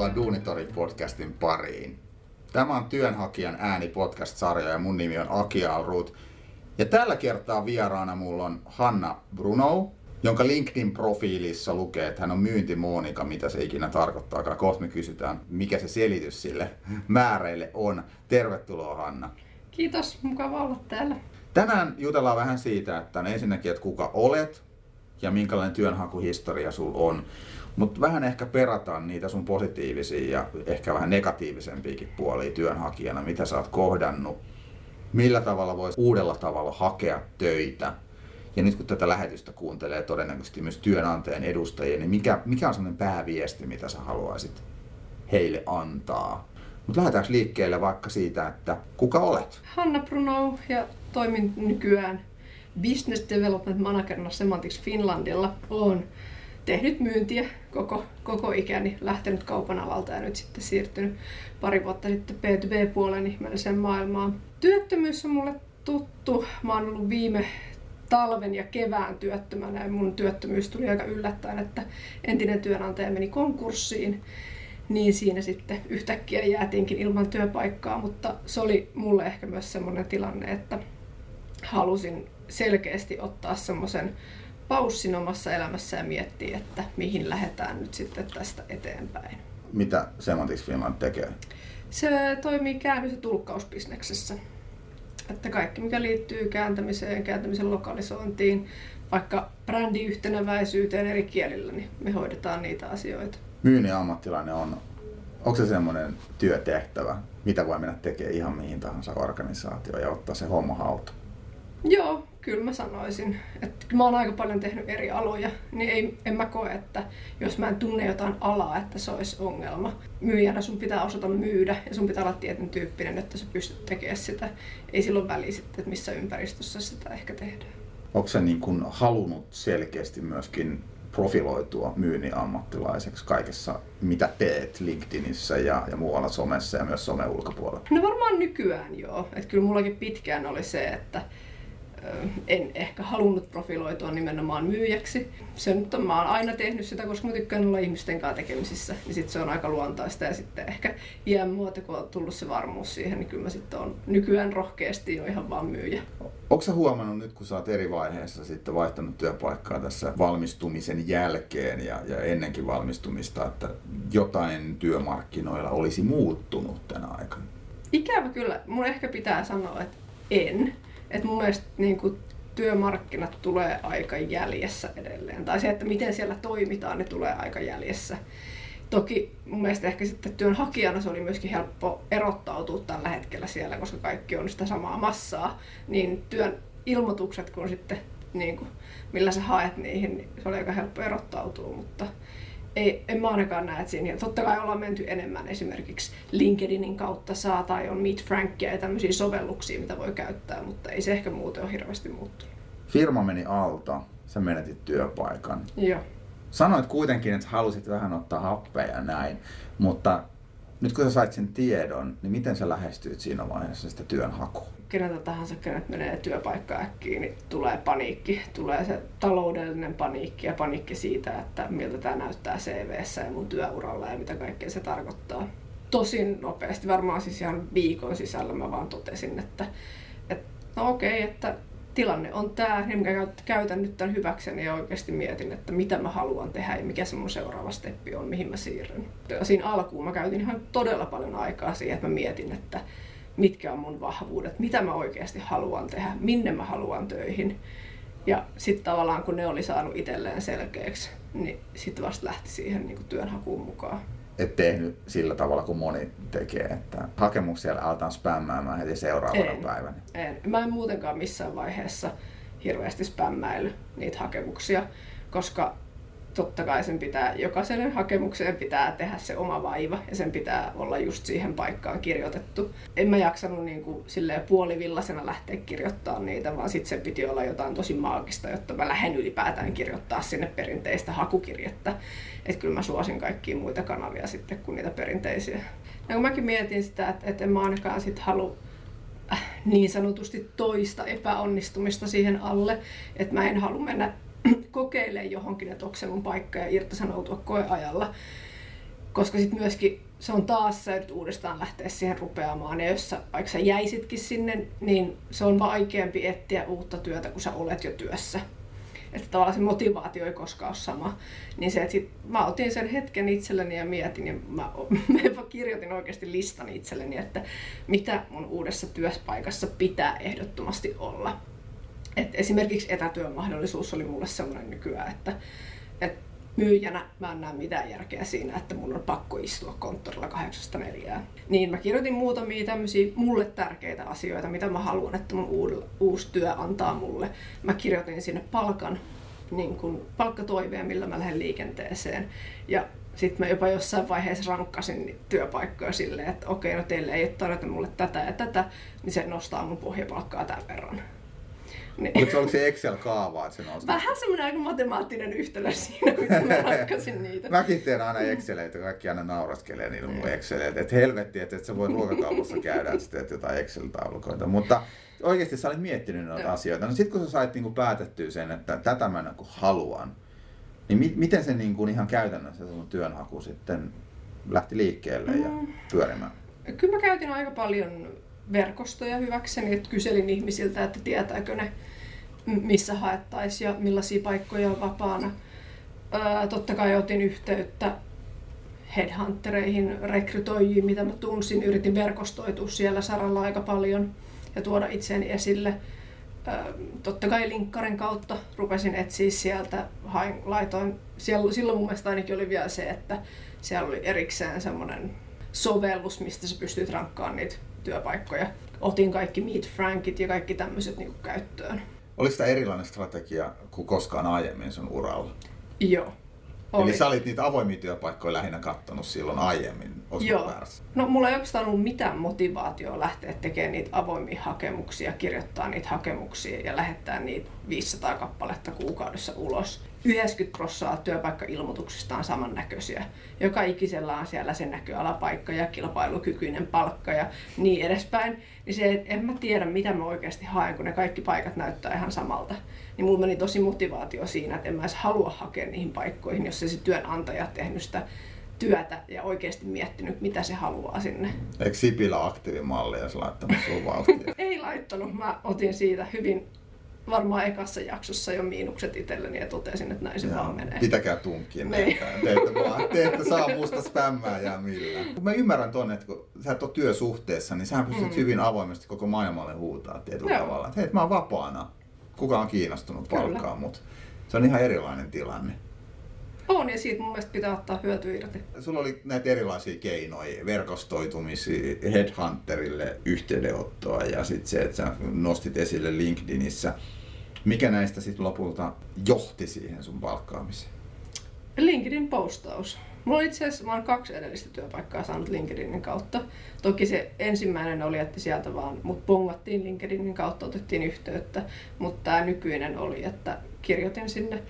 Tervetuloa Duunitori-podcastin pariin. Tämä on Työnhakijan ääni podcast-sarja ja mun nimi on Aki Alruut. Ja tällä kertaa vieraana mulla on Hanna Bruno, jonka LinkedIn-profiilissa lukee, että hän on myyntimonika, mitä se ikinä tarkoittaa. Kohta me kysytään, mikä se selitys sille määreille on. Tervetuloa, Hanna. Kiitos, mukava olla täällä. Tänään jutellaan vähän siitä, että ensinnäkin, että kuka olet ja minkälainen työnhakuhistoria sulla on. Mutta vähän ehkä perataan niitä sun positiivisia ja ehkä vähän negatiivisempiakin puolia työnhakijana, mitä sä oot kohdannut. Millä tavalla voisi uudella tavalla hakea töitä. Ja nyt kun tätä lähetystä kuuntelee todennäköisesti myös työnantajan edustajia, niin mikä on sellainen pääviesti, mitä sä haluaisit heille antaa? Mutta lähdetäänkö liikkeelle vaikka siitä, että kuka olet? Hanna Bruno ja toimin nykyään Business Development Managerina Semantics Finlandilla. Olen tehnyt myyntiä koko ikäni, lähtenyt kaupan alalta ja nyt sitten siirtynyt pari vuotta sitten B2B-puolen ihmeelliseen maailmaan. Työttömyys on mulle tuttu. Mä oon ollut viime talven ja kevään työttömänä ja mun työttömyys tuli aika yllättäen, että entinen työnantaja meni konkurssiin. Niin siinä sitten yhtäkkiä jäätiinkin ilman työpaikkaa, mutta se oli mulle ehkä myös semmoinen tilanne, että halusin selkeästi ottaa semmoisen paussin omassa elämässä ja miettiä, että mihin lähdetään nyt sitten tästä eteenpäin. Mitä Semantics Finland tekee? Se toimii käännös- ja tulkkausbisneksessä. Että kaikki, mikä liittyy kääntämiseen, kääntämisen lokalisointiin, vaikka brändin yhtenäväisyyteen eri kielillä, niin me hoidetaan niitä asioita. Myynnin ammattilainen onko se semmoinen työtehtävä, mitä voi mennä tekemään ihan mihin tahansa organisaatioon ja ottaa se homma haltuun? Joo, kyllä mä sanoisin. Että mä oon aika paljon tehnyt eri aloja, niin en mä koe, että jos mä en tunne jotain alaa, että se olisi ongelma. Myyjänä sun pitää osata myydä ja sun pitää olla tietyn tyyppinen, että sä pystyt tekemään sitä. Ei silloin väliä sitten, että missä ympäristössä sitä ehkä tehdään. Onko sä niin kun halunnut selkeästi myöskin profiloitua myynnin ammattilaiseksi kaikessa, mitä teet LinkedInissä ja muualla somessa ja myös somen ulkopuolella? No varmaan nykyään joo. Että kyllä mullakin pitkään oli se, että en ehkä halunnut profiloitua nimenomaan myyjäksi. Mä oon aina tehnyt sitä, koska mä tykkään olla ihmisten kanssa tekemisissä, niin sit se on aika luontaista ja sitten ehkä iän muuta, kun on tullut se varmuus siihen, niin kyllä mä sitten on nykyään rohkeasti jo ihan vaan myyjä. Onko sä huomannut nyt, kun sä oot eri vaiheessa sitten vaihtanut työpaikkaa tässä valmistumisen jälkeen ja ennenkin valmistumista, että jotain työmarkkinoilla olisi muuttunut tänä aikana? Ikävä kyllä. Mun ehkä pitää sanoa, että en. Että mun mielestä niin kuin työmarkkinat tulee aika jäljessä edelleen. Tai se, että miten siellä toimitaan, ne tulee aika jäljessä. Toki mun mielestä ehkä sitten työnhakijana se oli myöskin helppo erottautua tällä hetkellä siellä, koska kaikki on sitä samaa massaa. Niin työn ilmoitukset, kun sitten niin kuin, millä sä haet niihin, niin se oli aika helppo erottautua. Mutta en mä ainakaan näe, että siinä. Totta kai ollaan menty enemmän esimerkiksi LinkedInin kautta tai on Meet Frankia ja tämmöisiä sovelluksia, mitä voi käyttää, mutta ei se ehkä muuten ole hirveästi muuttunut. Firma meni alta, sä menetit työpaikan. Joo. Sanoit kuitenkin, että halusit vähän ottaa happea ja näin, mutta nyt kun sä sait sen tiedon, niin miten sä lähestyit siinä vaiheessa sitä työnhakua? Keneltä tahansa, kenet menee työpaikka äkkiin, niin tulee paniikki. Tulee se taloudellinen paniikki ja paniikki siitä, että miltä tämä näyttää CV:ssä ja mun työuralla ja mitä kaikkea se tarkoittaa. Tosin nopeasti, varmaan siis ihan viikon sisällä mä vaan totesin, että no okei, että tilanne on tämä, niin mä käytän nyt tämän hyväkseni ja oikeasti mietin, että mitä mä haluan tehdä ja mikä se mun seuraava steppi on, mihin mä siirryn. Ja siinä alkuun mä käytin ihan todella paljon aikaa siihen, että mä mietin, että mitkä on mun vahvuudet, mitä mä oikeasti haluan tehdä, minne mä haluan töihin. Ja sitten tavallaan kun ne oli saanut itselleen selkeäksi, niin sitten vasta lähti siihen niin kuin työnhakuun mukaan. Et tehnyt sillä tavalla kuin moni tekee, että hakemuksia aletaan spämmäämään heti seuraavana päivänä. Mä en muutenkaan missään vaiheessa hirveästi spämmäily niitä hakemuksia, koska totta kai jokaiselle hakemukseen pitää tehdä se oma vaiva ja sen pitää olla just siihen paikkaan kirjoitettu. En mä jaksanut niin kuin silleen puolivillasena lähteä kirjoittaa niitä, vaan sitten sen piti olla jotain tosi maagista, jotta mä lähden ylipäätään kirjoittaa sinne perinteistä hakukirjettä. Että kyllä mä suosin kaikkia muita kanavia sitten kuin niitä perinteisiä. Ja kun mäkin mietin sitä, että en mä ainakaan sit halua niin sanotusti toista epäonnistumista siihen alle, että mä en halua mennä kokeilemaan johonkin, että onko se mun paikka ja irtisanoutua koeajalla. koska sitten myöskin se on taas sä nyt uudestaan lähteä siihen rupeamaan, ja jos vaikka sä jäisitkin sinne, niin se on vaikeampi etsiä uutta työtä, kun sä olet jo työssä. Että tavallaan se motivaatio ei koskaan ole sama. Niin se, että mä otin sen hetken itselleni ja mietin, ja mä kirjoitin oikeasti listan itselleni, että mitä mun uudessa työpaikassa pitää ehdottomasti olla. Et esimerkiksi etätyömahdollisuus oli mulle sellainen nykyään, että myyjänä mä en näe mitään järkeä siinä, että mun on pakko istua konttorilla 8-4. Niin mä kirjoitin muutamia tämmöisiä mulle tärkeitä asioita, mitä mä haluan, että mun uusi työ antaa mulle. Mä kirjoitin sinne palkkatoiveen, millä mä lähden liikenteeseen. Ja sitten mä jopa jossain vaiheessa rankkasin työpaikkoja silleen, että okei, no teille ei ole tarjota mulle tätä ja tätä, niin se nostaa mun pohjapalkkaa tämän verran. Niin. Oliko se Excel-kaava, että se nosti? Vähän semmoinen aika matemaattinen yhtälö siinä, kun mä rankkasin niitä. Mäkin teen aina Exceleitä, kaikki aina nauraskelee niillä mun Exceleitä. Että helvetti, että sä voit ruokakaupassa käydä, että sä teet jotain Excel-taulukoita. Mutta oikeasti sä olit miettinyt noita asioita. No sit kun sä sait niinku päätettyä sen, että tätä mä niinku haluan, niin miten se niinku ihan käytännössä sun työnhaku sitten lähti liikkeelle ja pyörimään? Kyllä mä käytin aika paljon verkostoja hyväkseni, että kyselin ihmisiltä, että tietääkö ne, missä haettaisiin ja millaisia paikkoja on vapaana. Totta kai otin yhteyttä headhuntereihin, rekrytoijiin, mitä mä tunsin. Yritin verkostoitua siellä saralla aika paljon ja tuoda itseäni esille. Totta kai linkkarin kautta rupesin etsiä sieltä, laitoin. Silloin mun mielestä ainakin oli vielä se, että siellä oli erikseen semmoinen sovellus, mistä sä pystyt rankkaamaan niitä työpaikkoja. Otin kaikki Meet Frankit ja kaikki tämmöiset niinku käyttöön. Oliko tämä erilainen strategia kuin koskaan aiemmin sun uralla? Joo. Oli. Eli sä olit niitä avoimia työpaikkoja lähinnä kattonut silloin aiemmin? Joo. No mulla ei oikeastaan ollut mitään motivaatiota lähteä tekemään niitä avoimia hakemuksia, kirjoittaa niitä hakemuksia ja lähettää niitä 500 kappaletta kuukaudessa ulos. 90% työpaikkailmoituksista on samannäköisiä. Joka ikisellä on siellä se näköalapaikka ja kilpailukykyinen palkka ja niin edespäin. Niin se, että en mä tiedä mitä mä oikeasti haen, kun ne kaikki paikat näyttää ihan samalta. Niin mulla meni tosi motivaatio siinä, että en mä edes halua hakea niihin paikkoihin, jos se työnantaja tehnyt sitä työtä ja oikeasti miettinyt, mitä se haluaa sinne. Eikö Sipilä aktiivimallia jos laittanut sun vauhtia? Ei laittanut. Mä otin siitä hyvin varmaan ekassa jaksossa jo miinukset itselleni ja totesin, että näin se vaan menee. Pitäkää tunkiin. Te ette saa musta spämmää ja millään. Mä ymmärrän ton, että kun sä et ole työsuhteessa, niin sähän pystyt hyvin avoimesti koko maailmalle huutaa tietyllä tavalla. Että hei, mä oon vapaana. Kuka on kiinnostunut palkkaa mut. Se on ihan erilainen tilanne. On, ja siitä mun mielestä pitää ottaa hyötyä irti. Sulla oli näitä erilaisia keinoja, verkostoitumisia, headhunterille yhteydenottoa ja sitten se, että sä nostit esille LinkedInissä. Mikä näistä sitten lopulta johti siihen sun palkkaamiseen? LinkedIn postaus. Mulla on itse asiassa, mä oon 2 edellistä työpaikkaa saanut LinkedInin kautta. Toki se ensimmäinen oli, että sieltä vaan mut pongattiin LinkedInin kautta, otettiin yhteyttä. Mutta tää nykyinen oli, että kirjoitin sinne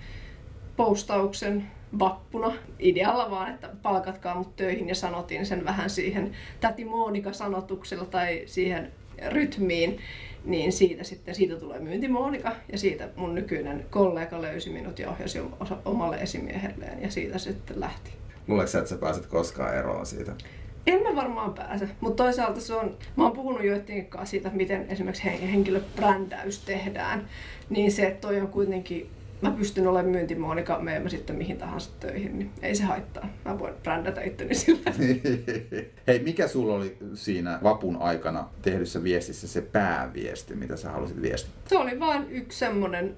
postauksen vappuna idealla vaan, että palkatkaa mut töihin ja sanotin sen vähän siihen täti Monika-sanotuksella tai siihen rytmiin, niin siitä tulee myynti Monika ja siitä mun nykyinen kollega löysi minut ja ohjasi omalle esimiehelleen ja siitä sitten lähti. Luuletko sä, että sä pääset koskaan eroon siitä? En mä varmaan pääse, mutta toisaalta mä oon puhunut joidenkin kanssa siitä, miten esimerkiksi henkilöbrändäys tehdään, niin se, että toi on kuitenkin mä pystyn olemaan myynti Monika, menen mä sitten mihin tahansa töihin, niin ei se haittaa. Mä voin brändätä itteni sillä. Hei, mikä sulla oli siinä vapun aikana tehdyssä viestissä se pääviesti, mitä sä halusit viestittää? Se oli vaan yksi semmonen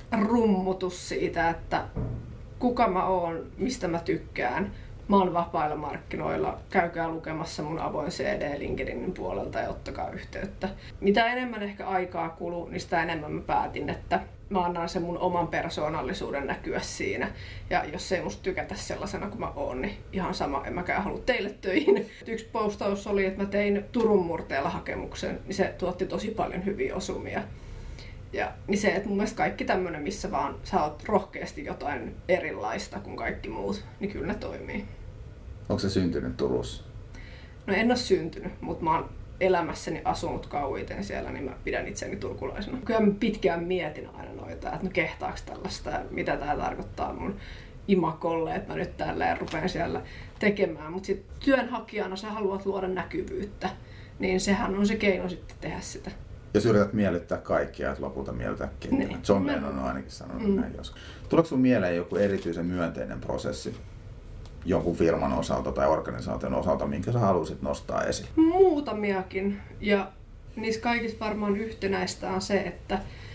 rummutus siitä, että kuka mä oon, mistä mä tykkään. Mä oon vapailla markkinoilla, käykää lukemassa mun avoin CD LinkedInin puolelta ja ottakaa yhteyttä. Mitä enemmän ehkä aikaa kuluu, niin sitä enemmän mä päätin, että mä annan sen mun oman persoonallisuuden näkyä siinä. Ja jos ei musta tykätä sellaisena kuin mä oon, niin ihan sama, en mäkään halua teille töihin. Yksi postaus oli, että mä tein Turun murteella hakemuksen, niin se tuotti tosi paljon hyviä osumia. Ja niin se, että mun mielestä kaikki tämmönen, missä vaan sä oot rohkeasti jotain erilaista kuin kaikki muut, niin kyllä ne toimii. Onko sä syntynyt Turussa? No en ole syntynyt, mutta mä oon elämässäni asunut kauiten siellä, niin mä pidän itseni turkulaisena. Kyllä mä pitkään mietin aina noita, että no kehtaaks tällaista ja mitä tää tarkoittaa mun imakolle, että mä nyt tälleen rupean siellä tekemään. Mutta sitten työnhakijana sä haluat luoda näkyvyyttä, niin sehän on se keino sitten tehdä sitä. Jos yrität miellyttää kaikkia, että lopulta miellyttää ketään. Niin. John Lennon on ainakin sanonut näin joskus. Tuleeko sun mieleen joku erityisen myönteinen prosessi jonkun firman osalta tai organisaation osalta, minkä sä haluaisit nostaa esiin? Muutamiakin. Ja niissä kaikissa varmaan yhtenäistä on se, että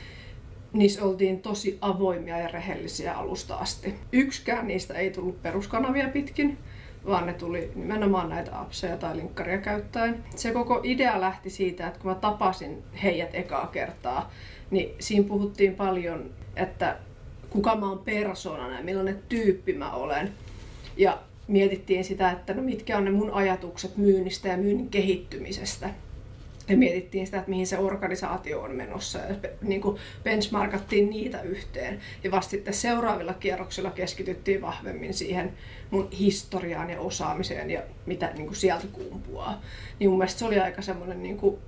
niissä oltiin tosi avoimia ja rehellisiä alusta asti. Yksikään niistä ei tullut peruskanavia pitkin, vaan ne tuli nimenomaan näitä appseja tai linkkaria käyttäen. Se koko idea lähti siitä, että kun mä tapasin heidät ekaa kertaa, niin siinä puhuttiin paljon, että kuka mä oon persoonana ja millainen tyyppi mä olen. Ja mietittiin sitä, että no mitkä on ne mun ajatukset myynnistä ja myynnin kehittymisestä. Ja mietittiin sitä, että mihin se organisaatio on menossa ja niin kuin benchmarkattiin niitä yhteen. Ja vasta sitten seuraavilla kierroksilla keskityttiin vahvemmin siihen mun historiaan ja osaamiseen ja mitä niin kuin sieltä kumpuaa. Niin mun mielestä se oli aika semmoinen, niin kuin,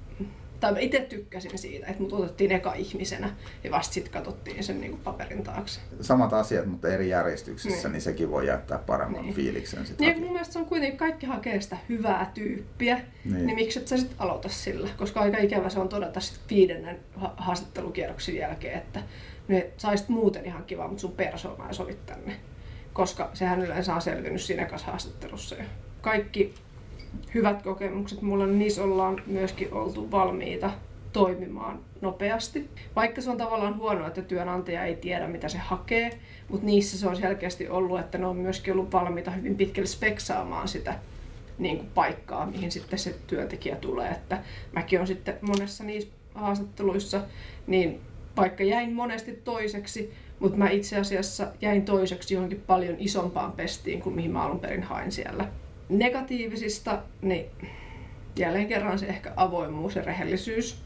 tai mä itse tykkäsin siitä, että mut otettiin eka ihmisenä ja vasta sitten katsottiin sen niin kuin paperin taakse. Samat asiat, mutta eri järjestyksissä, niin sekin voi jättää paremman fiiliksen. Niin, mun mielestä se on kuitenkin kaikki hakee sitä hyvää tyyppiä, niin miksi et sä sit aloita sillä? Koska aika ikävä se on todeta sit 5. haastattelukierroksen jälkeen, että saisit muuten ihan kiva, mutta sun persoona ei sovi tänne. Koska sehän yleensä on selvinnyt siinä ekassa haastattelussa jo. Kaikki hyvät kokemukset mulla, niin niissä ollaan myöskin oltu valmiita toimimaan nopeasti. Vaikka se on tavallaan huono, että työnantaja ei tiedä, mitä se hakee, mutta niissä se on selkeästi ollut, että ne on myöskin ollut valmiita hyvin pitkälle speksaamaan sitä niin kuin paikkaa, mihin sitten se työntekijä tulee. Että mäkin olen sitten monessa niissä haastatteluissa, niin vaikka jäin monesti toiseksi, mutta mä itse asiassa jäin toiseksi johonkin paljon isompaan pestiin kuin mihin mä alun perin hain siellä. Negatiivisista, niin jälleen kerran se ehkä avoimuus ja rehellisyys.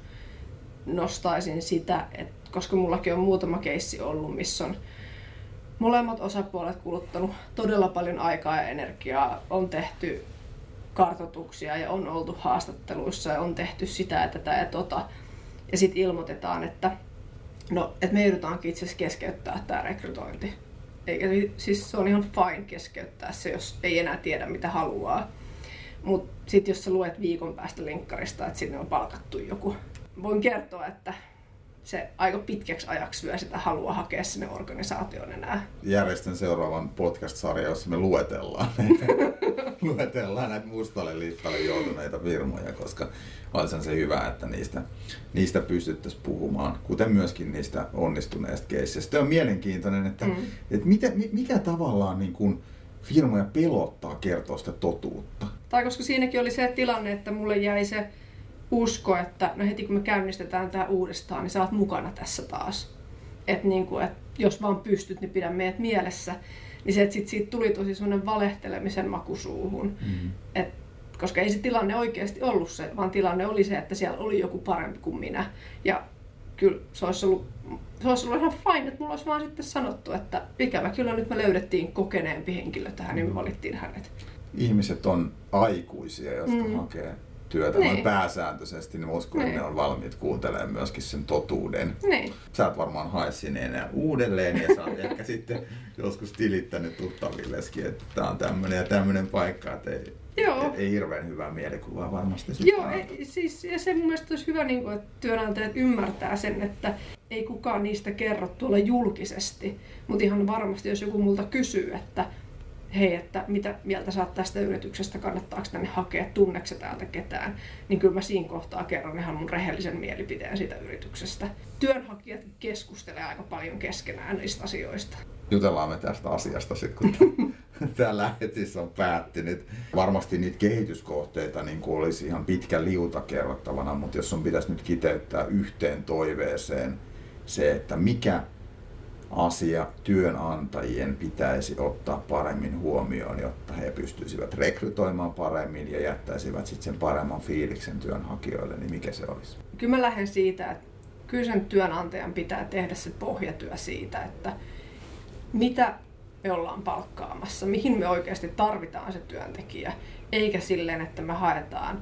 Nostaisin sitä, että koska mullakin on muutama keissi ollut, missä on molemmat osapuolet kuluttanut todella paljon aikaa ja energiaa, on tehty kartoituksia ja on oltu haastatteluissa ja on tehty sitä, tätä ja tota. Ja sitten ilmoitetaan, että me joudutaankin itse asiassa keskeyttää tämä rekrytointi. Eikä, siis se on ihan fine keskeyttää se, jos ei enää tiedä mitä haluaa. Mutta sitten jos sä luet viikon päästä linkkarista, että sinne on palkattu joku, voin kertoa, että se aika pitkäksi ajaksi syö sitä halua hakea sinne organisaatioon enää. Järjestän seuraavan podcast-sarjan, jossa me luetellaan näitä mustalle listalle joutuneita firmoja, koska olisi se hyvä, että niistä pystyttäisiin puhumaan, kuten myöskin niistä onnistuneista keisseistä. On mielenkiintoinen, että mikä tavallaan niin kuin firmoja pelottaa kertoa sitä totuutta. Tai koska siinäkin oli se tilanne, että mulle jäi se usko, että no heti kun me käynnistetään tämä uudestaan, niin sä oot mukana tässä taas. Että niinku, et jos vaan pystyt, niin pidä meidät mielessä. Niin se, että siitä tuli tosi semmoinen valehtelemisen maku suuhun. Koska ei se tilanne oikeasti ollut se, vaan tilanne oli se, että siellä oli joku parempi kuin minä. Ja kyllä se olisi ollut ihan fine, että mulla olisi vaan sitten sanottu, että ikävä kyllä nyt me löydettiin kokeneempi henkilö tähän, niin me valittiin hänet. Ihmiset on aikuisia, jotka hakee työtä noin pääsääntöisesti, niin uskon, että ne on valmiit kuuntelemaan myöskin sen totuuden. Sä et varmaan hae sinne enää uudelleen ja sä oot ehkä sitten joskus tilittänyt tuttavilleskin, että tää on tämmönen ja tämmönen paikka, että ei hirveän hyvää mielikuvaa varmasti. Joo, ja se mun mielestä olisi hyvä, että työnantajat ymmärtää sen, että ei kukaan niistä kerro tuolla julkisesti, mutta ihan varmasti jos joku multa kysyy, että hei, että mitä mieltä sä oot tästä yrityksestä, kannattaako tänne hakea, tunneeko sä täältä ketään, niin kyllä mä siinä kohtaa kerron ihan mun rehellisen mielipiteen siitä yrityksestä. Työnhakijat keskustelee aika paljon keskenään niistä asioista. Jutellaan me tästä asiasta sitten, kun tämä lähetis on päättynyt. Varmasti niitä kehityskohteita niin olisi ihan pitkä liuta kerrottavana, mutta jos on pitäisi nyt kiteyttää yhteen toiveeseen se, että mikä asia työnantajien pitäisi ottaa paremmin huomioon, jotta he pystyisivät rekrytoimaan paremmin ja jättäisivät sitten sen paremman fiiliksen työnhakijoille, niin mikä se olisi? Kyllä mä lähden siitä, että kyllä sen työnantajan pitää tehdä se pohjatyö siitä, että mitä me ollaan palkkaamassa, mihin me oikeasti tarvitaan se työntekijä, eikä silleen, että me haetaan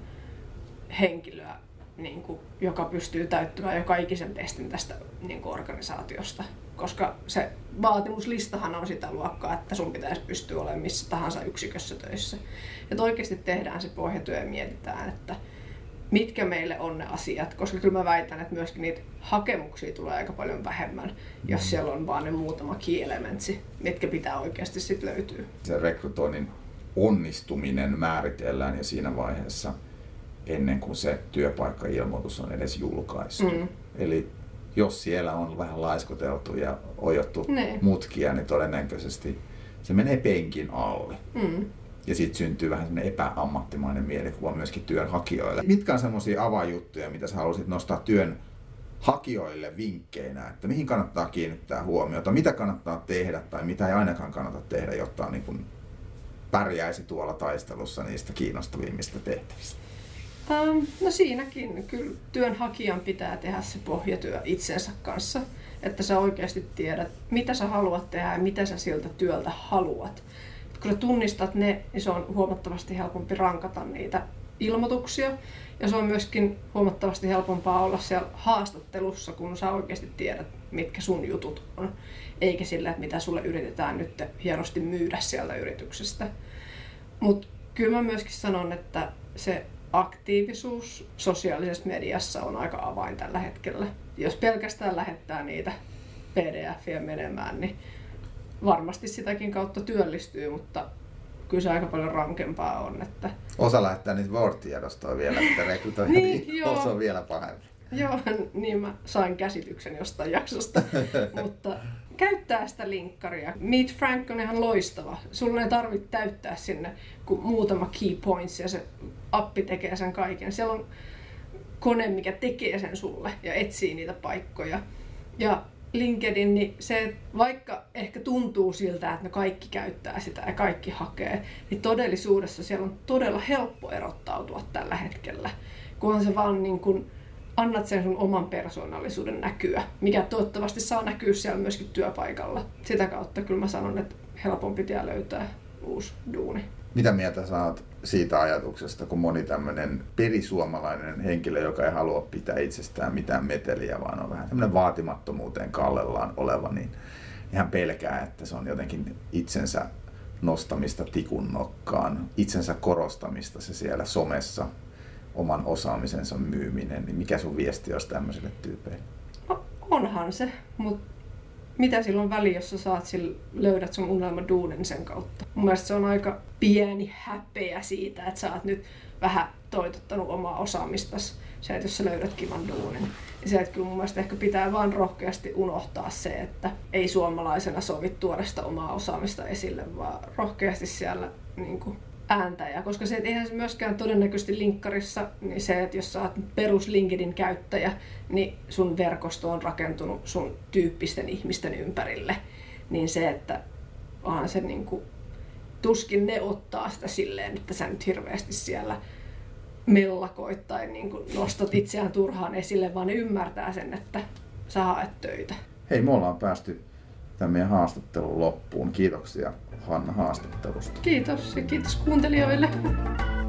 henkilöä, joka pystyy täyttämään joka ikisen testin tästä organisaatiosta. koska se vaatimuslistahan on sitä luokkaa, että sun pitäisi pystyä olemaan missä tahansa yksikössä töissä. Että oikeasti tehdään se pohjatyö ja mietitään, että mitkä meille on ne asiat, koska kyllä mä väitän, että myöskin niitä hakemuksia tulee aika paljon vähemmän, jos siellä on vaan ne muutama key elementsi, mitkä pitää oikeasti sitten löytyä. Se rekrytoinnin onnistuminen määritellään jo siinä vaiheessa ennen kuin se työpaikkailmoitus on edes julkaistu. Eli jos siellä on vähän laiskoteltu ja ojottu mutkia, niin todennäköisesti se menee penkin alle. Ja sitten syntyy vähän semmoinen epäammattimainen mielikuva myöskin työnhakijoille. Mitkä on semmoisia avainjuttuja, mitä sä haluaisit nostaa työnhakijoille vinkkeinä, että mihin kannattaa kiinnittää huomiota, mitä kannattaa tehdä tai mitä ei ainakaan kannata tehdä, jotta niin kun pärjäisi tuolla taistelussa niistä kiinnostavimmista tehtävistä? No siinäkin kyllä työnhakijan pitää tehdä se pohjatyö itsensä kanssa, että sä oikeasti tiedät, mitä sä haluat tehdä ja mitä sä siltä työltä haluat. Kun sä tunnistat ne, niin se on huomattavasti helpompi rankata niitä ilmoituksia. Ja se on myöskin huomattavasti helpompaa olla siellä haastattelussa, kun sä oikeasti tiedät, mitkä sun jutut on. Eikä sillä, että mitä sulle yritetään nyt hienosti myydä sieltä yrityksestä. Mutta kyllä mä myöskin sanon, että se aktiivisuus sosiaalisessa mediassa on aika avain tällä hetkellä. Jos pelkästään lähettää niitä pdf-iä menemään, niin varmasti sitäkin kautta työllistyy, mutta kyllä se aika paljon rankempaa on. Että osa lähettää niitä Word-tiedostoa vielä, että rekrytoijat niin, osa on vielä pahempi. Joo, niin mä sain käsityksen jostain jaksosta, mutta käyttää sitä linkkaria. Meet Frank on ihan loistava. Sulla ei tarvitse täyttää sinne kuin muutama key points ja se appi tekee sen kaiken. Siellä on kone, mikä tekee sen sulle ja etsii niitä paikkoja. Ja LinkedIn, niin se, vaikka ehkä tuntuu siltä, että ne kaikki käyttää sitä ja kaikki hakee, niin todellisuudessa siellä on todella helppo erottautua tällä hetkellä, kunhan se vaan niin kuin annat sen sun oman persoonallisuuden näkyä, mikä toivottavasti saa näkyä siellä myöskin työpaikalla. Sitä kautta kyllä mä sanon, että helpompi tie löytää uusi duuni. Mitä mieltä saat siitä ajatuksesta, kun moni tämmöinen perisuomalainen henkilö, joka ei halua pitää itsestään mitään meteliä, vaan on vähän tämmöinen vaatimattomuuteen kallellaan oleva, niin ihan pelkää, että se on jotenkin itsensä nostamista tikun nokkaan, itsensä korostamista se siellä somessa, oman osaamisensa myyminen, niin mikä sun viesti olisi tämmöisille tyypeille? No, onhan se, mutta mitä silloin väliä, jos sä löydät sun unelmaduunin sen kautta? Mun mielestä se on aika pieni häpeä siitä, että sä oot nyt vähän toitottanut omaa osaamistasi. Se, että jos sä löydät kivan duunin. Ja se, että kyllä mun mielestä ehkä pitää vaan rohkeasti unohtaa se, että ei suomalaisena sovi tuoda sitä omaa osaamista esille, vaan rohkeasti siellä niin kuin ääntäjä. Koska se, että eihän se myöskään todennäköisesti linkkarissa, niin se, että jos sä oot perus LinkedIn käyttäjä, niin sun verkosto on rakentunut sun tyyppisten ihmisten ympärille. Niin se, että onhan se niin kuin, tuskin ne ottaa sitä silleen, että sä nyt hirveästi siellä mellakoit tai niin kuin nostat itseään turhaan esille, vaan ne ymmärtää sen, että sä haet töitä. Hei, me ollaan päästy tämän meidän haastattelun loppuun. Kiitoksia Hanna haastattelusta. Kiitos ja kiitos kuuntelijoille.